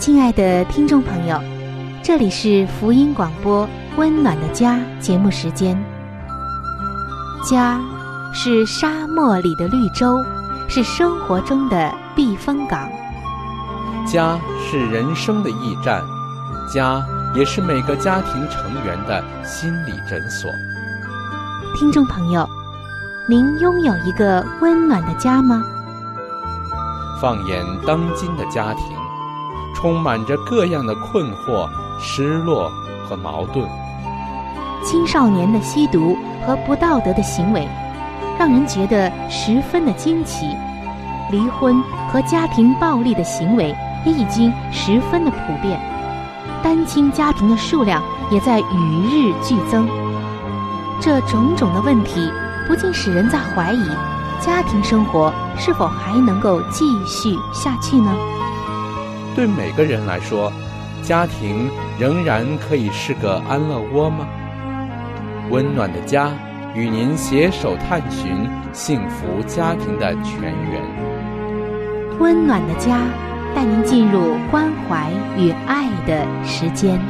亲爱的听众朋友，这里是福音广播温暖的家节目时间。家是沙漠里的绿洲，是生活中的避风港。 家是人生的驿站，家也是每个家庭成员的心理诊所。 听众朋友，您拥有一个温暖的家吗？ 放眼当今的家庭，充满着各样的困惑、失落和矛盾。 青少年的吸毒和不道德的行为，让人觉得十分的惊奇。离婚和家庭暴力的行为也已经十分的普遍，单亲家庭的数量也在与日俱增。这种种的问题，不禁使人在怀疑，家庭生活是否还能够继续下去呢？ 对每个人来说，家庭仍然可以是个安乐窝吗？温暖的家，与您携手探寻幸福家庭的泉源。 温暖的家，带您进入关怀与爱的时间。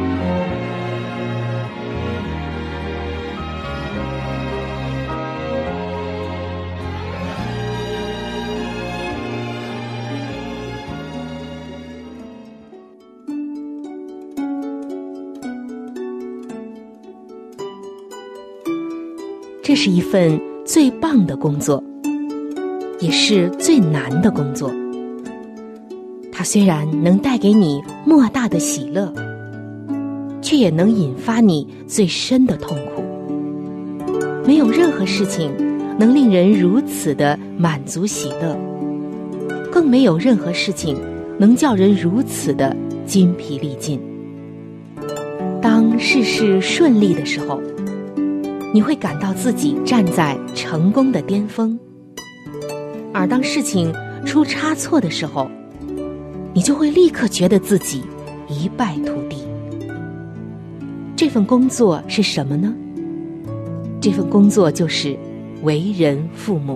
这是一份最棒的工作，也是最难的工作。它虽然能带给你莫大的喜乐，却也能引发你最深的痛苦。没有任何事情能令人如此的满足喜乐，更没有任何事情能叫人如此的筋疲力尽。当事事顺利的时候，你会感到自己站在成功的巅峰，而当事情出差错的时候，你就会立刻觉得自己一败涂地。这份工作是什么呢？这份工作就是为人父母。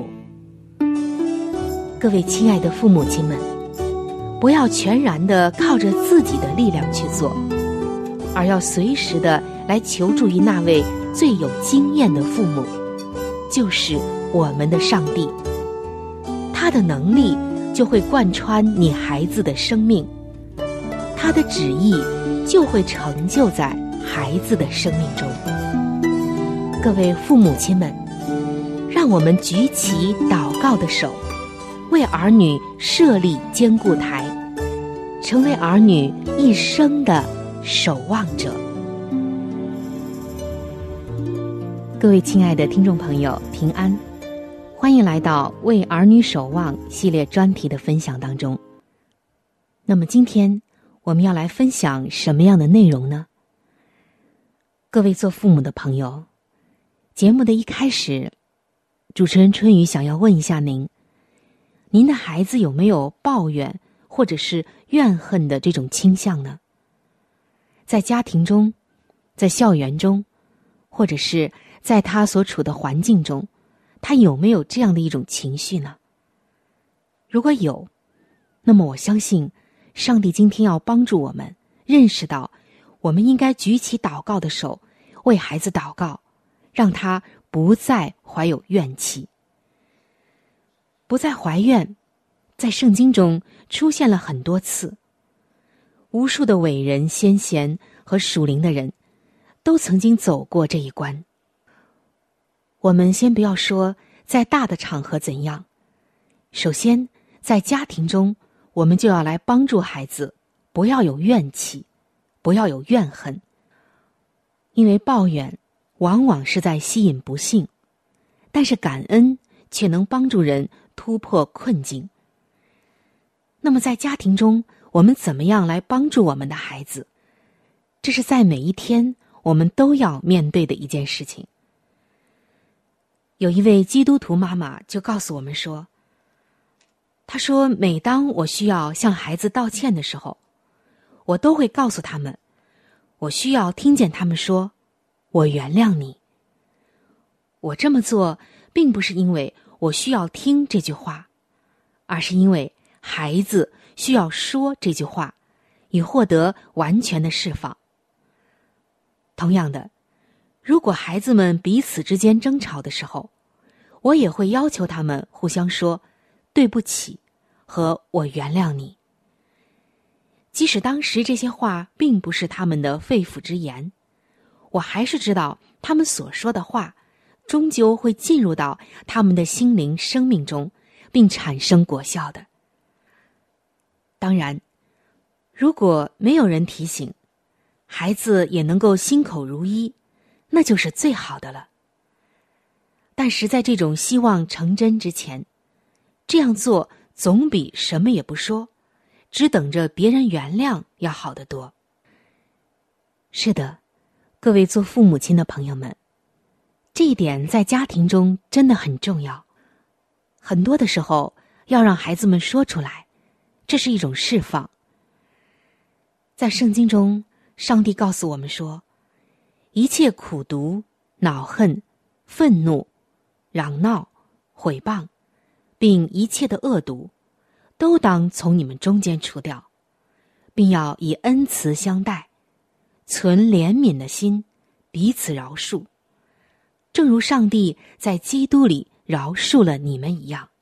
各位亲爱的父母亲们，不要全然地靠着自己的力量去做，而要随时地来求助于那位最有经验的父母，就是我们的上帝。他的能力就会贯穿你孩子的生命，他的旨意就会成就在孩子的生命中。各位父母亲们，让我们举起祷告的手，为儿女设立坚固台，成为儿女一生的守望者。各位亲爱的听众朋友，平安，欢迎来到为儿女守望系列专题的分享当中。那么今天我们要来分享什么样的内容呢？各位做父母的朋友，节目的一开始，主持人春雨想要问一下您的孩子有没有抱怨或者是怨恨的这种倾向呢？在家庭中，在校园中，或者是在他所处的环境中，他有没有这样的一种情绪呢？如果有，那么我相信上帝今天要帮助我们认识到，我们应该举起祷告的手，为孩子祷告，让他不再怀有怨气。不再怀怨，在圣经中出现了很多次，无数的伟人先贤和属灵的人都曾经走过这一关。我们先不要说在大的场合怎样，首先在家庭中，我们就要来帮助孩子不要有怨气，不要有怨恨，因为抱怨往往是在吸引不幸，但是感恩却能帮助人突破困境。那么在家庭中，我们怎么样来帮助我们的孩子？这是在每一天我们都要面对的一件事情。有一位基督徒妈妈就告诉我们说，她说每当我需要向孩子道歉的时候，我都会告诉他们，我需要听见他们说，我原谅你。我这么做并不是因为我需要听这句话，而是因为孩子需要说这句话， 以获得完全的释放。同样的，如果孩子们彼此之间争吵的时候，我也会要求他们互相说对不起和我原谅你。即使当时这些话并不是他们的肺腑之言，我还是知道他们所说的话终究会进入到他们的心灵生命中，并产生果效的。当然，如果没有人提醒，孩子也能够心口如一，那就是最好的了。但是在这种希望成真之前，这样做总比什么也不说，只等着别人原谅要好得多。是的，各位做父母亲的朋友们，这一点在家庭中真的很重要。很多的时候要让孩子们说出来，这是一种释放。在圣经中，上帝告诉我们说，一切苦毒、恼恨、愤怒、嚷闹、毁谤，并一切的恶毒，都当从你们中间除掉，并要以恩慈相待，存怜悯的心，彼此饶恕，正如上帝在基督里饶恕了你们一样。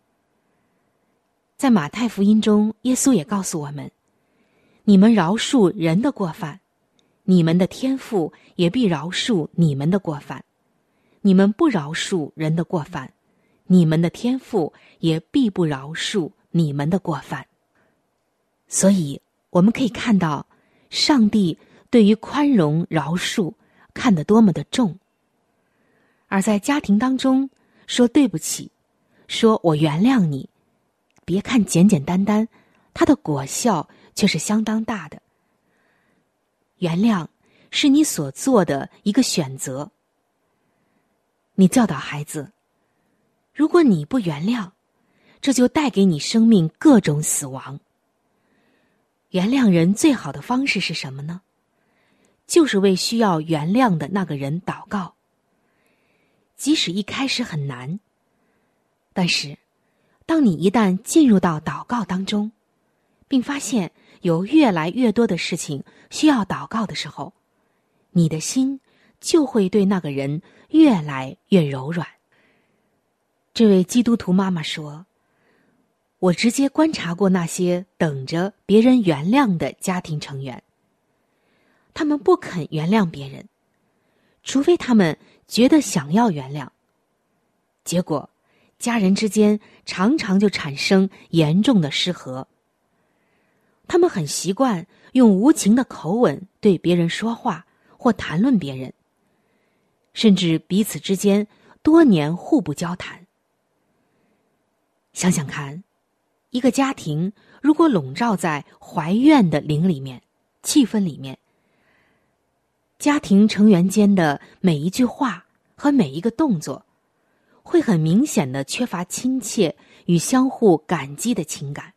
在马太福音中，耶稣也告诉我们，你们饶恕人的过犯，你们的天父也必饶恕你们的过犯；你们不饶恕人的过犯，你们的天父也必不饶恕你们的过犯。所以我们可以看到，上帝对于宽容饶恕看得多么的重。而在家庭当中说对不起，说我原谅你，别看简简单单，它的果效却是相当大的。原谅是你所做的一个选择。你教导孩子，如果你不原谅，这就带给你生命各种死亡。原谅人最好的方式是什么呢？就是为需要原谅的那个人祷告。即使一开始很难，但是当你一旦进入到祷告当中，并发现有越来越多的事情需要祷告的时候，你的心就会对那个人越来越柔软。这位基督徒妈妈说，我直接观察过那些等着别人原谅的家庭成员，他们不肯原谅别人，除非他们觉得想要原谅。结果家人之间常常就产生严重的失和。他们很习惯用无情的口吻对别人说话或谈论别人，甚至彼此之间多年互不交谈。想想看，一个家庭如果笼罩在怀怨的灵里面、气氛里面，家庭成员间的每一句话和每一个动作，会很明显地缺乏亲切与相互感激的情感。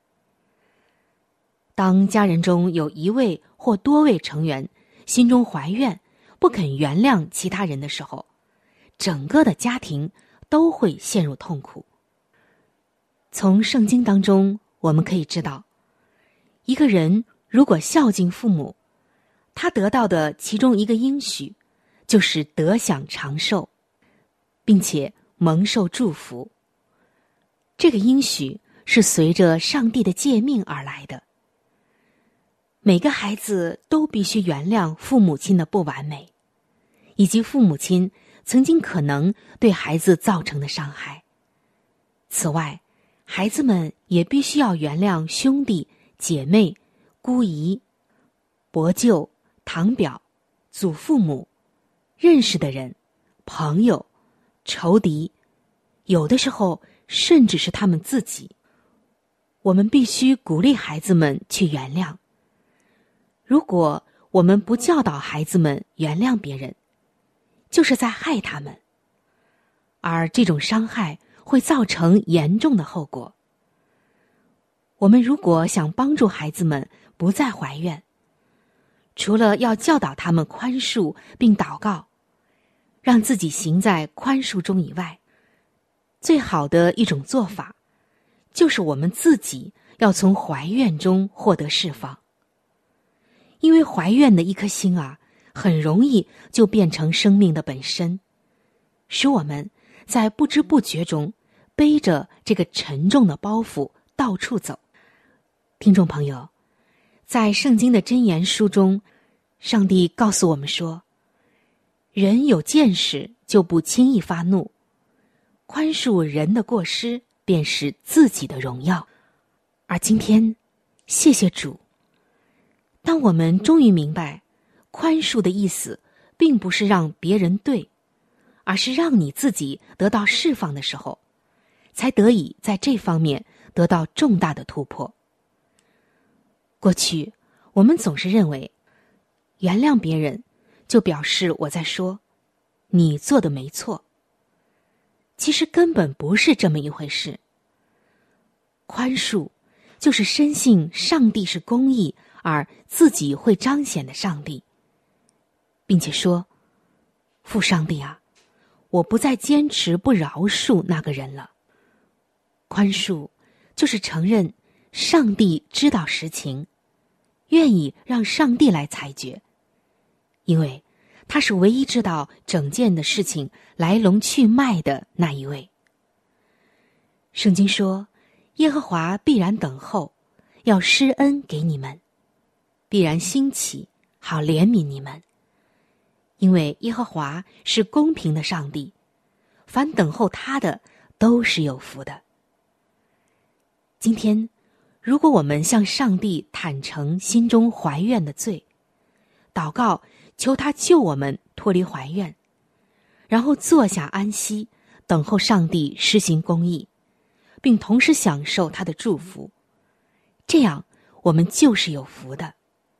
当家人中有一位或多位成员心中怀怨，不肯原谅其他人的时候，整个的家庭都会陷入痛苦。从圣经当中我们可以知道，一个人如果孝敬父母，他得到的其中一个应许就是得享长寿，并且蒙受祝福。这个应许是随着上帝的诫命而来的。每个孩子都必须原谅父母亲的不完美，以及父母亲曾经可能对孩子造成的伤害。此外，孩子们也必须要原谅兄弟、姐妹、姑姨、伯舅、堂表、祖父母、认识的人、朋友、仇敌，有的时候甚至是他们自己。我们必须鼓励孩子们去原谅。如果我们不教导孩子们原谅别人，就是在害他们，而这种伤害会造成严重的后果。我们如果想帮助孩子们不再怀怨，除了要教导他们宽恕并祷告，让自己行在宽恕中以外，最好的一种做法，就是我们自己要从怀怨中获得释放。 因为怀怨的一颗心啊，很容易就变成生命的本身，使我们在不知不觉中背着这个沉重的包袱到处走。听众朋友，在圣经的箴言书中，上帝告诉我们说，人有见识就不轻易发怒，宽恕人的过失便是自己的荣耀。而今天，谢谢主，当我们终于明白宽恕的意思并不是让别人对，而是让你自己得到释放的时候，才得以在这方面得到重大的突破。过去我们总是认为原谅别人就表示我在说你做的没错，其实根本不是这么一回事。宽恕就是深信上帝是公义而自己会彰显的上帝，并且说，父上帝啊，我不再坚持不饶恕那个人了。宽恕就是承认上帝知道实情，愿意让上帝来裁决，因为他是唯一知道整件的事情来龙去脉的那一位。圣经说，耶和华必然等候，要施恩给你们，必然兴起，好怜悯你们。因为耶和华是公平的上帝，凡等候他的都是有福的。今天，如果我们向上帝坦诚心中怀怨的罪，祷告求他救我们脱离怀怨，然后坐下安息，等候上帝施行公义，并同时享受他的祝福，这样我们就是有福的。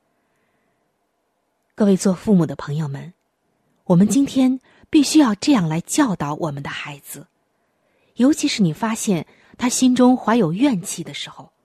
各位做父母的朋友们，我们今天必须要这样来教导我们的孩子，尤其是你发现他心中怀有怨气的时候。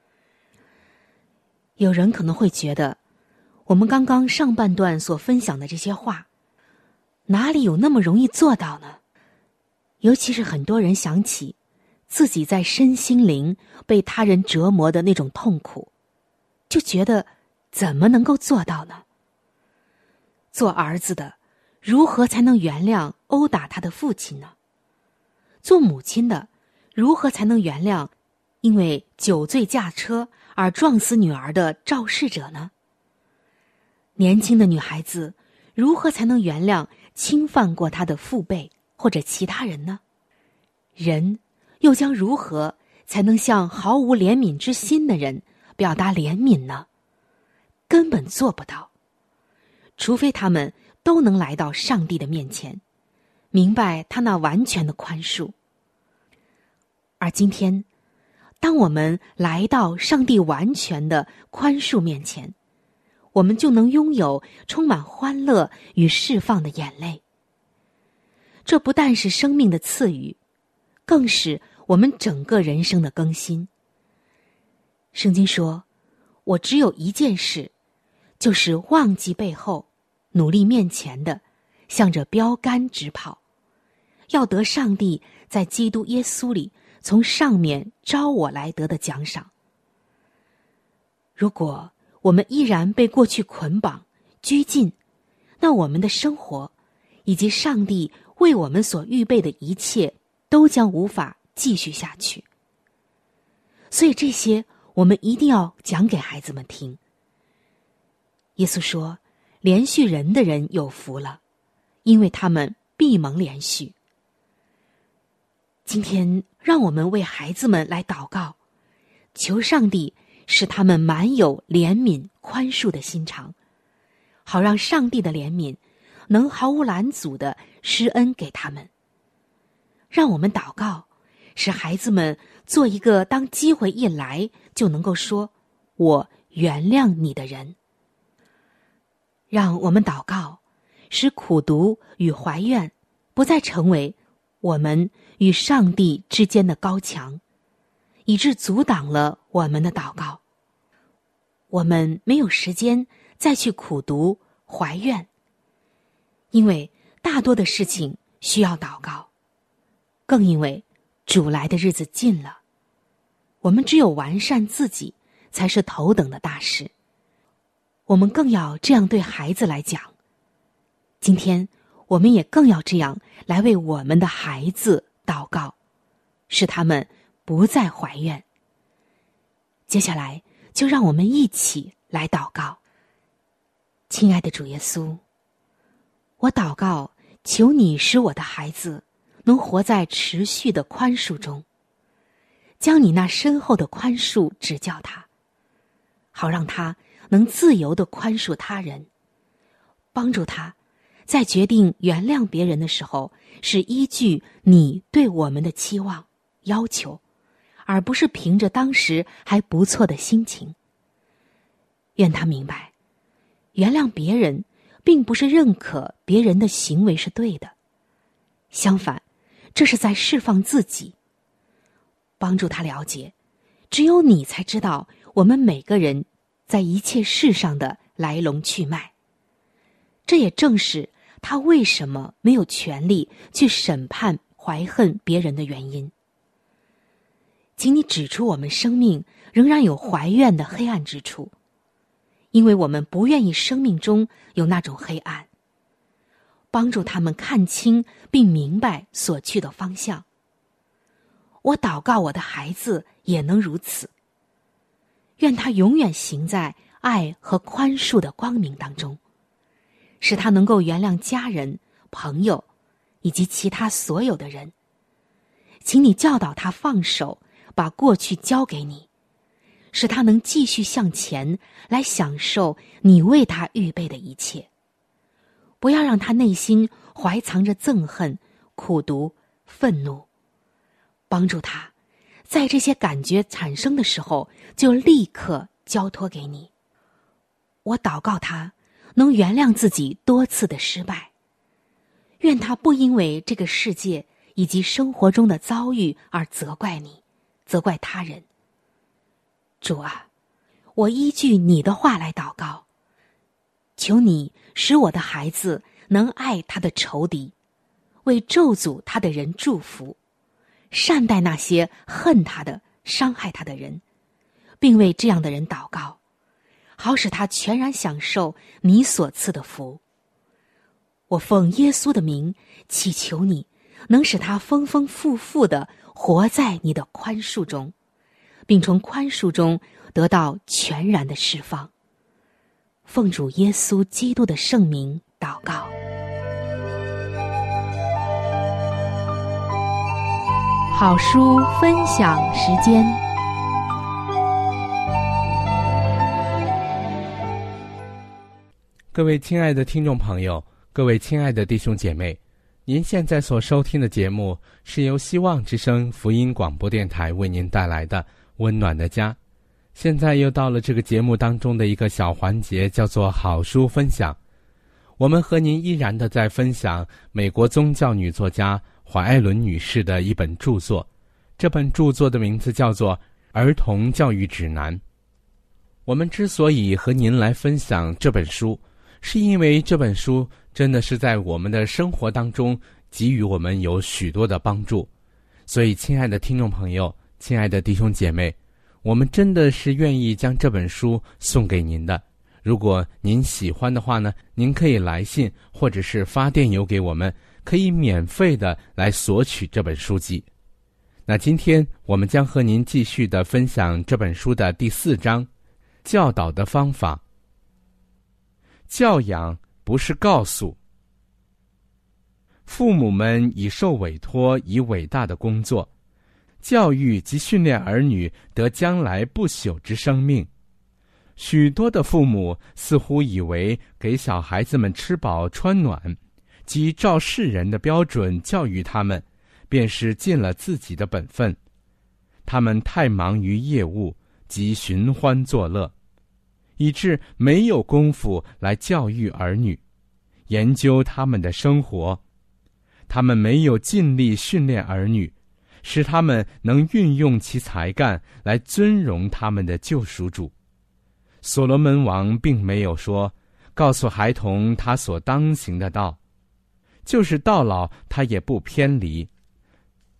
有人可能会觉得，我们刚刚上半段所分享的这些话，哪里有那么容易做到呢？尤其是很多人想起自己在身心灵被他人折磨的那种痛苦，就觉得怎么能够做到呢？做儿子的如何才能原谅殴打他的父亲呢？做母亲的如何才能原谅因为酒醉驾车而撞死女儿的肇事者呢？年轻的女孩子如何才能原谅侵犯过她的父辈或者其他人呢？人又将如何才能向毫无怜悯之心的人表达怜悯呢？根本做不到，除非他们都能来到上帝的面前，明白他那完全的宽恕。而今天，当我们来到上帝完全的宽恕面前，我们就能拥有充满欢乐与释放的眼泪。这不但是生命的赐予，更是我们整个人生的更新。圣经说，我只有一件事，就是忘记背后，努力面前的，向着标杆直跑，要得上帝在基督耶稣里从上面招我来得的奖赏。如果我们依然被过去捆绑拘禁，那我们的生活以及上帝为我们所预备的一切都将无法继续下去。所以这些我们一定要讲给孩子们听。耶稣说，连续人的人有福了，因为他们必蒙连续。今天让我们为孩子们来祷告，求上帝使他们满有怜悯宽恕的心肠，好让上帝的怜悯能毫无拦阻地施恩给他们。让我们祷告，使孩子们做一个当机会一来就能够说我原谅你的人。让我们祷告，使苦毒与怀怨不再成为我们与上帝之间的高墙，以致阻挡了我们的祷告。我们没有时间再去苦毒怀怨，因为大多的事情需要祷告，更因为主来的日子近了，我们只有完善自己才是头等的大事。 我们更要这样对孩子来讲。今天我们也更要这样来为我们的孩子祷告，使他们不再怀怨。接下来就让我们一起来祷告。亲爱的主耶稣，我祷告，求你使我的孩子能活在持续的宽恕中，将你那深厚的宽恕指教他，好让他能自由地宽恕他人，帮助他在决定原谅别人的时候，是依据你对我们的期望、要求，而不是凭着当时还不错的心情。愿他明白，原谅别人并不是认可别人的行为是对的，相反，这是在释放自己。帮助他了解，只有你才知道我们每个人在一切事上的来龙去脉。这也正是他为什么没有权利去审判怀恨别人的原因。请你指出我们生命仍然有怀怨的黑暗之处，因为我们不愿意生命中有那种黑暗。帮助他们看清并明白所去的方向。我祷告我的孩子也能如此，愿他永远行在爱和宽恕的光明当中，使他能够原谅家人、朋友以及其他所有的人。请你教导他放手，把过去交给你，使他能继续向前来享受你为他预备的一切。不要让他内心怀藏着憎恨、苦毒、愤怒。帮助他在这些感觉产生的时候就立刻交托给你。我祷告他能原谅自己多次的失败，愿他不因为这个世界以及生活中的遭遇而责怪你，责怪他人。主啊，我依据你的话来祷告，求你使我的孩子能爱他的仇敌，为咒诅他的人祝福，善待那些恨他的、伤害他的人，并为这样的人祷告，好使他全然享受你所赐的福。我奉耶稣的名祈求你，能使他丰丰富富地活在你的宽恕中，并从宽恕中得到全然的释放。奉主耶稣基督的圣名祷告。好书分享时间。 各位亲爱的听众朋友，各位亲爱的弟兄姐妹，您现在所收听的节目是由希望之声福音广播电台为您带来的温暖的家。现在又到了这个节目当中的一个小环节，叫做好书分享。我们和您依然的在分享美国宗教女作家怀艾伦女士的一本著作，这本著作的名字叫做《儿童教育指南》。我们之所以和您来分享这本书，是因为这本书真的是在我们的生活当中给予我们有许多的帮助。所以亲爱的听众朋友，亲爱的弟兄姐妹，我们真的是愿意将这本书送给您的。如果您喜欢的话呢，您可以来信或者是发电邮给我们，可以免费的来索取这本书籍。那今天我们将和您继续的分享这本书的第4章，教导的方法。教养不是告诉。父母们已受委托以伟大的工作，教育及训练儿女得将来不朽之生命。许多的父母似乎以为给小孩子们吃饱穿暖，即照世人的标准教育他们，便是尽了自己的本分。他们太忙于业务及寻欢作乐，以致没有功夫来教育儿女，研究他们的生活。他们没有尽力训练儿女，使他们能运用其才干来尊荣他们的救赎主。所罗门王并没有说告诉孩童他所当行的道，就是到老他也不偏离，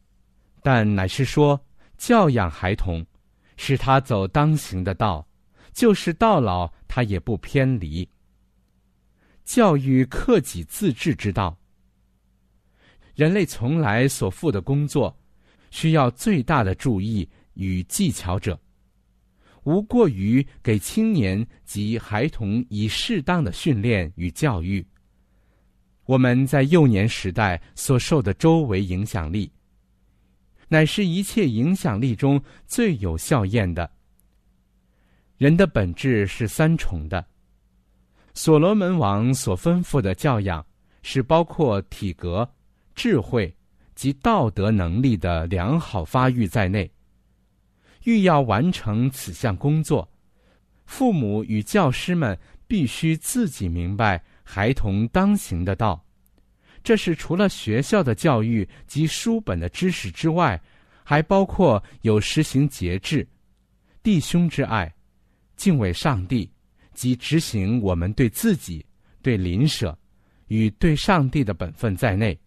但乃是说教养孩童，使他走当行的道， 就是到老他也不偏离。教育克己自治之道，人类从来所负的工作，需要最大的注意与技巧者，无过于给青年及孩童以适当的训练与教育。我们在幼年时代所受的周围影响力，乃是一切影响力中最有效验的。人的本质是三重的。所罗门王所吩咐的教养，是包括体格、智慧及道德能力的良好发育在内。欲要完成此项工作，父母与教师们必须自己明白孩童当行的道。这是除了学校的教育及书本的知识之外，还包括有实行节制、弟兄之爱、敬畏上帝及执行我们对自己、对邻舍与对上帝的本分在内。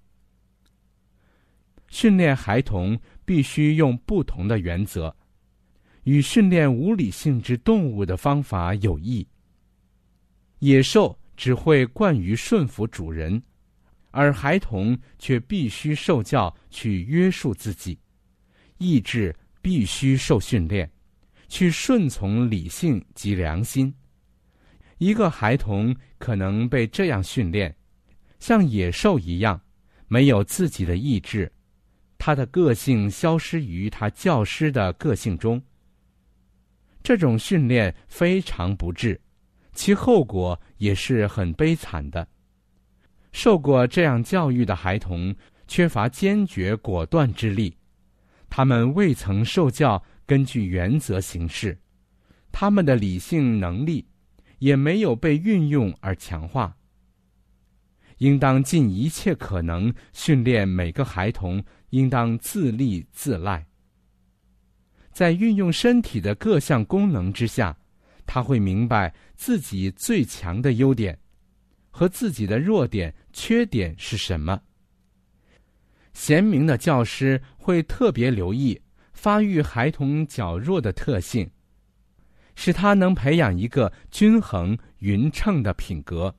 训练孩童必须用不同的原则，与训练无理性质动物的方法有异。野兽只会惯于顺服主人，而孩童却必须受教去约束自己，意志必须受训练，去顺从理性及良心。一个孩童可能被这样训练，像野兽一样，没有自己的意志，他的个性消失于他教师的个性中。这种训练非常不智，其后果也是很悲惨的。受过这样教育的孩童缺乏坚决果断之力，他们未曾受教根据原则行事，他们的理性能力也没有被运用而强化。应当尽一切可能训练每个孩童应当自立自赖。在运用身体的各项功能之下，他会明白自己最强的优点和自己的弱点、缺点是什么。贤明的教师会特别留意发育孩童较弱的特性，使他能培养一个均衡匀称的品格。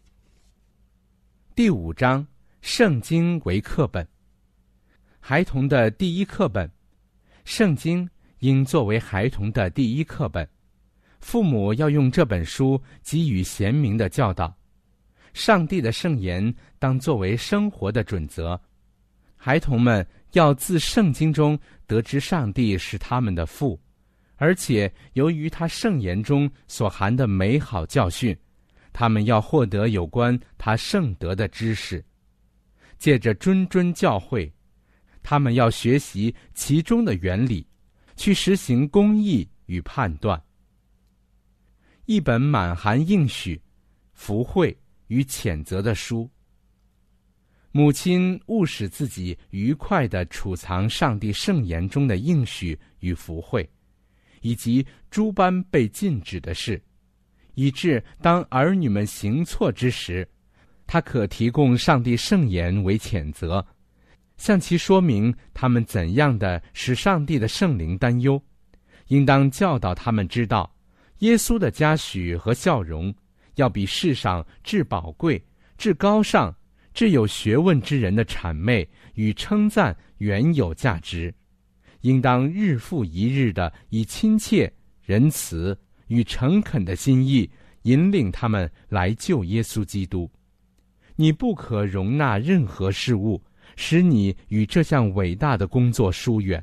第5章，圣经为课本。孩童的第一课本，圣经应作为孩童的第一课本。父母要用这本书给予贤明的教导。上帝的圣言当作为生活的准则。孩童们要自圣经中得知上帝是他们的父，而且由于他圣言中所含的美好教训，他们要获得有关他圣德的知识。借着谆谆教诲，他们要学习其中的原理，去实行公义与判断。一本满含应许、福惠与谴责的书。母亲务使自己愉快地储藏上帝圣言中的应许与福惠，以及诸般被禁止的事，以致当儿女们行错之时，他可提供上帝圣言为谴责，向其说明他们怎样的使上帝的圣灵担忧。应当教导他们知道，耶稣的嘉许和笑容要比世上至宝贵、至高尚、至有学问之人的谄媚与称赞原有价值。应当日复一日的以亲切、仁慈与诚恳的心意引领他们来救耶稣基督。你不可容纳任何事物使你与这项伟大的工作疏远。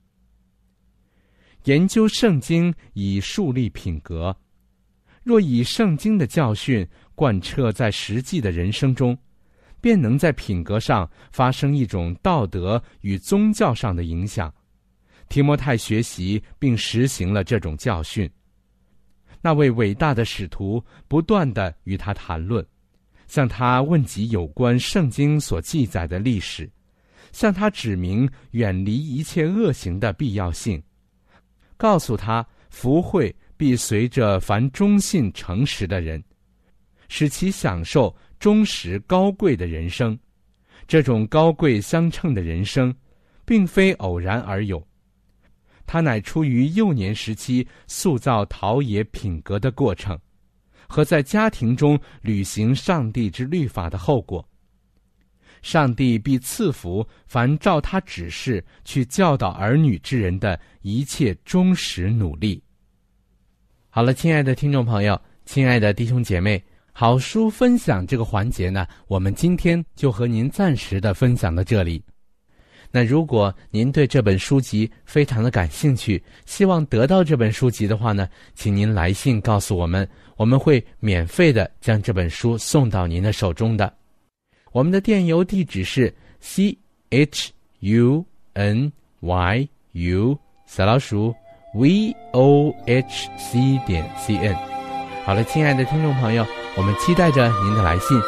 研究圣经以树立品格。若以圣经的教训贯彻在实际的人生中，便能在品格上发生一种道德与宗教上的影响。提摩太学习并实行了这种教训。那位伟大的使徒不断地与他谈论，向他问及有关圣经所记载的历史，向他指明远离一切恶行的必要性，告诉他福惠必随着凡忠信诚实的人，使其享受忠实高贵的人生。这种高贵相称的人生并非偶然而有， 它乃出于幼年时期塑造陶冶品格的过程，和在家庭中履行上帝之律法的后果。上帝必赐福凡照他指示去教导儿女之人的一切忠实努力。好了，亲爱的听众朋友，亲爱的弟兄姐妹，好书分享这个环节呢，我们今天就和您暂时的分享到这里。那如果您对这本书籍非常的感兴趣，希望得到这本书籍的话呢，请您来信告诉我们，我们会免费的将这本书送到您的手中的。我们的电邮地址是 chunyuu@vohc.cn。 好了，亲爱的听众朋友，我们期待着您的来信。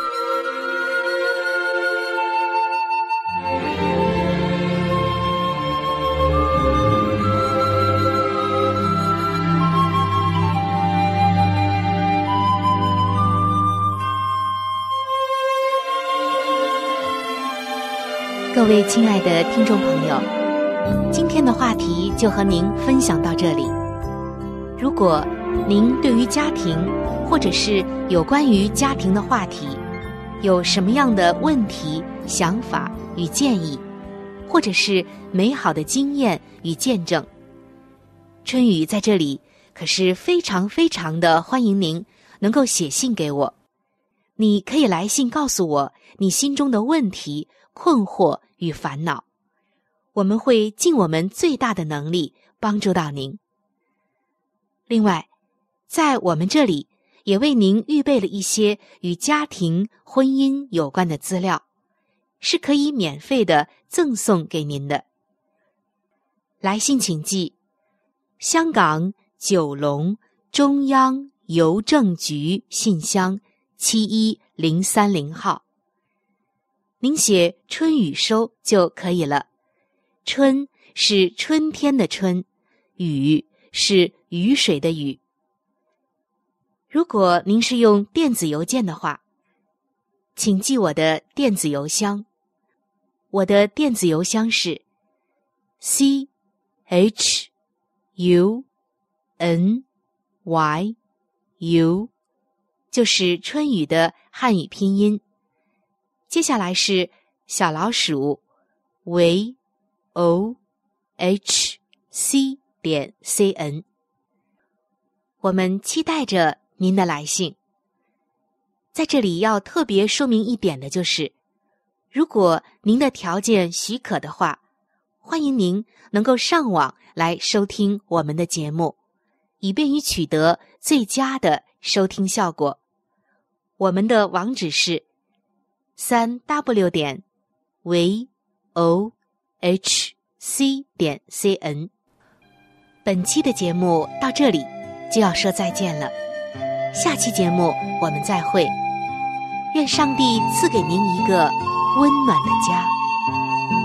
各位亲爱的听众朋友，今天的话题就和您分享到这里。如果您对于家庭或者是有关于家庭的话题有什么样的问题、想法与建议，或者是美好的经验与见证，春雨在这里可是非常非常的欢迎您能够写信给我。你可以来信告诉我你心中的问题、困惑与烦恼，我们会尽我们最大的能力帮助到您。另外，在我们这里也为您预备了一些与家庭、婚姻有关的资料，是可以免费的赠送给您的。来信请寄香港九龙中央邮政局信箱71030号。您写春雨收就可以了。春是春天的春，雨是雨水的雨。如果您是用电子邮件的话，请记我的电子邮箱。我的电子邮箱是 CHUNYU， 就是春雨的汉语拼音。接下来是小老鼠 vohc.cn。 我们期待着您的来信。在这里要特别说明一点的就是，如果您的条件许可的话，欢迎您能够上网来收听我们的节目，以便于取得最佳的收听效果。我们的网址是3w.vohc.cn。 本期的节目到这里就要说再见了，下期节目我们再会。愿上帝赐给您一个温暖的家。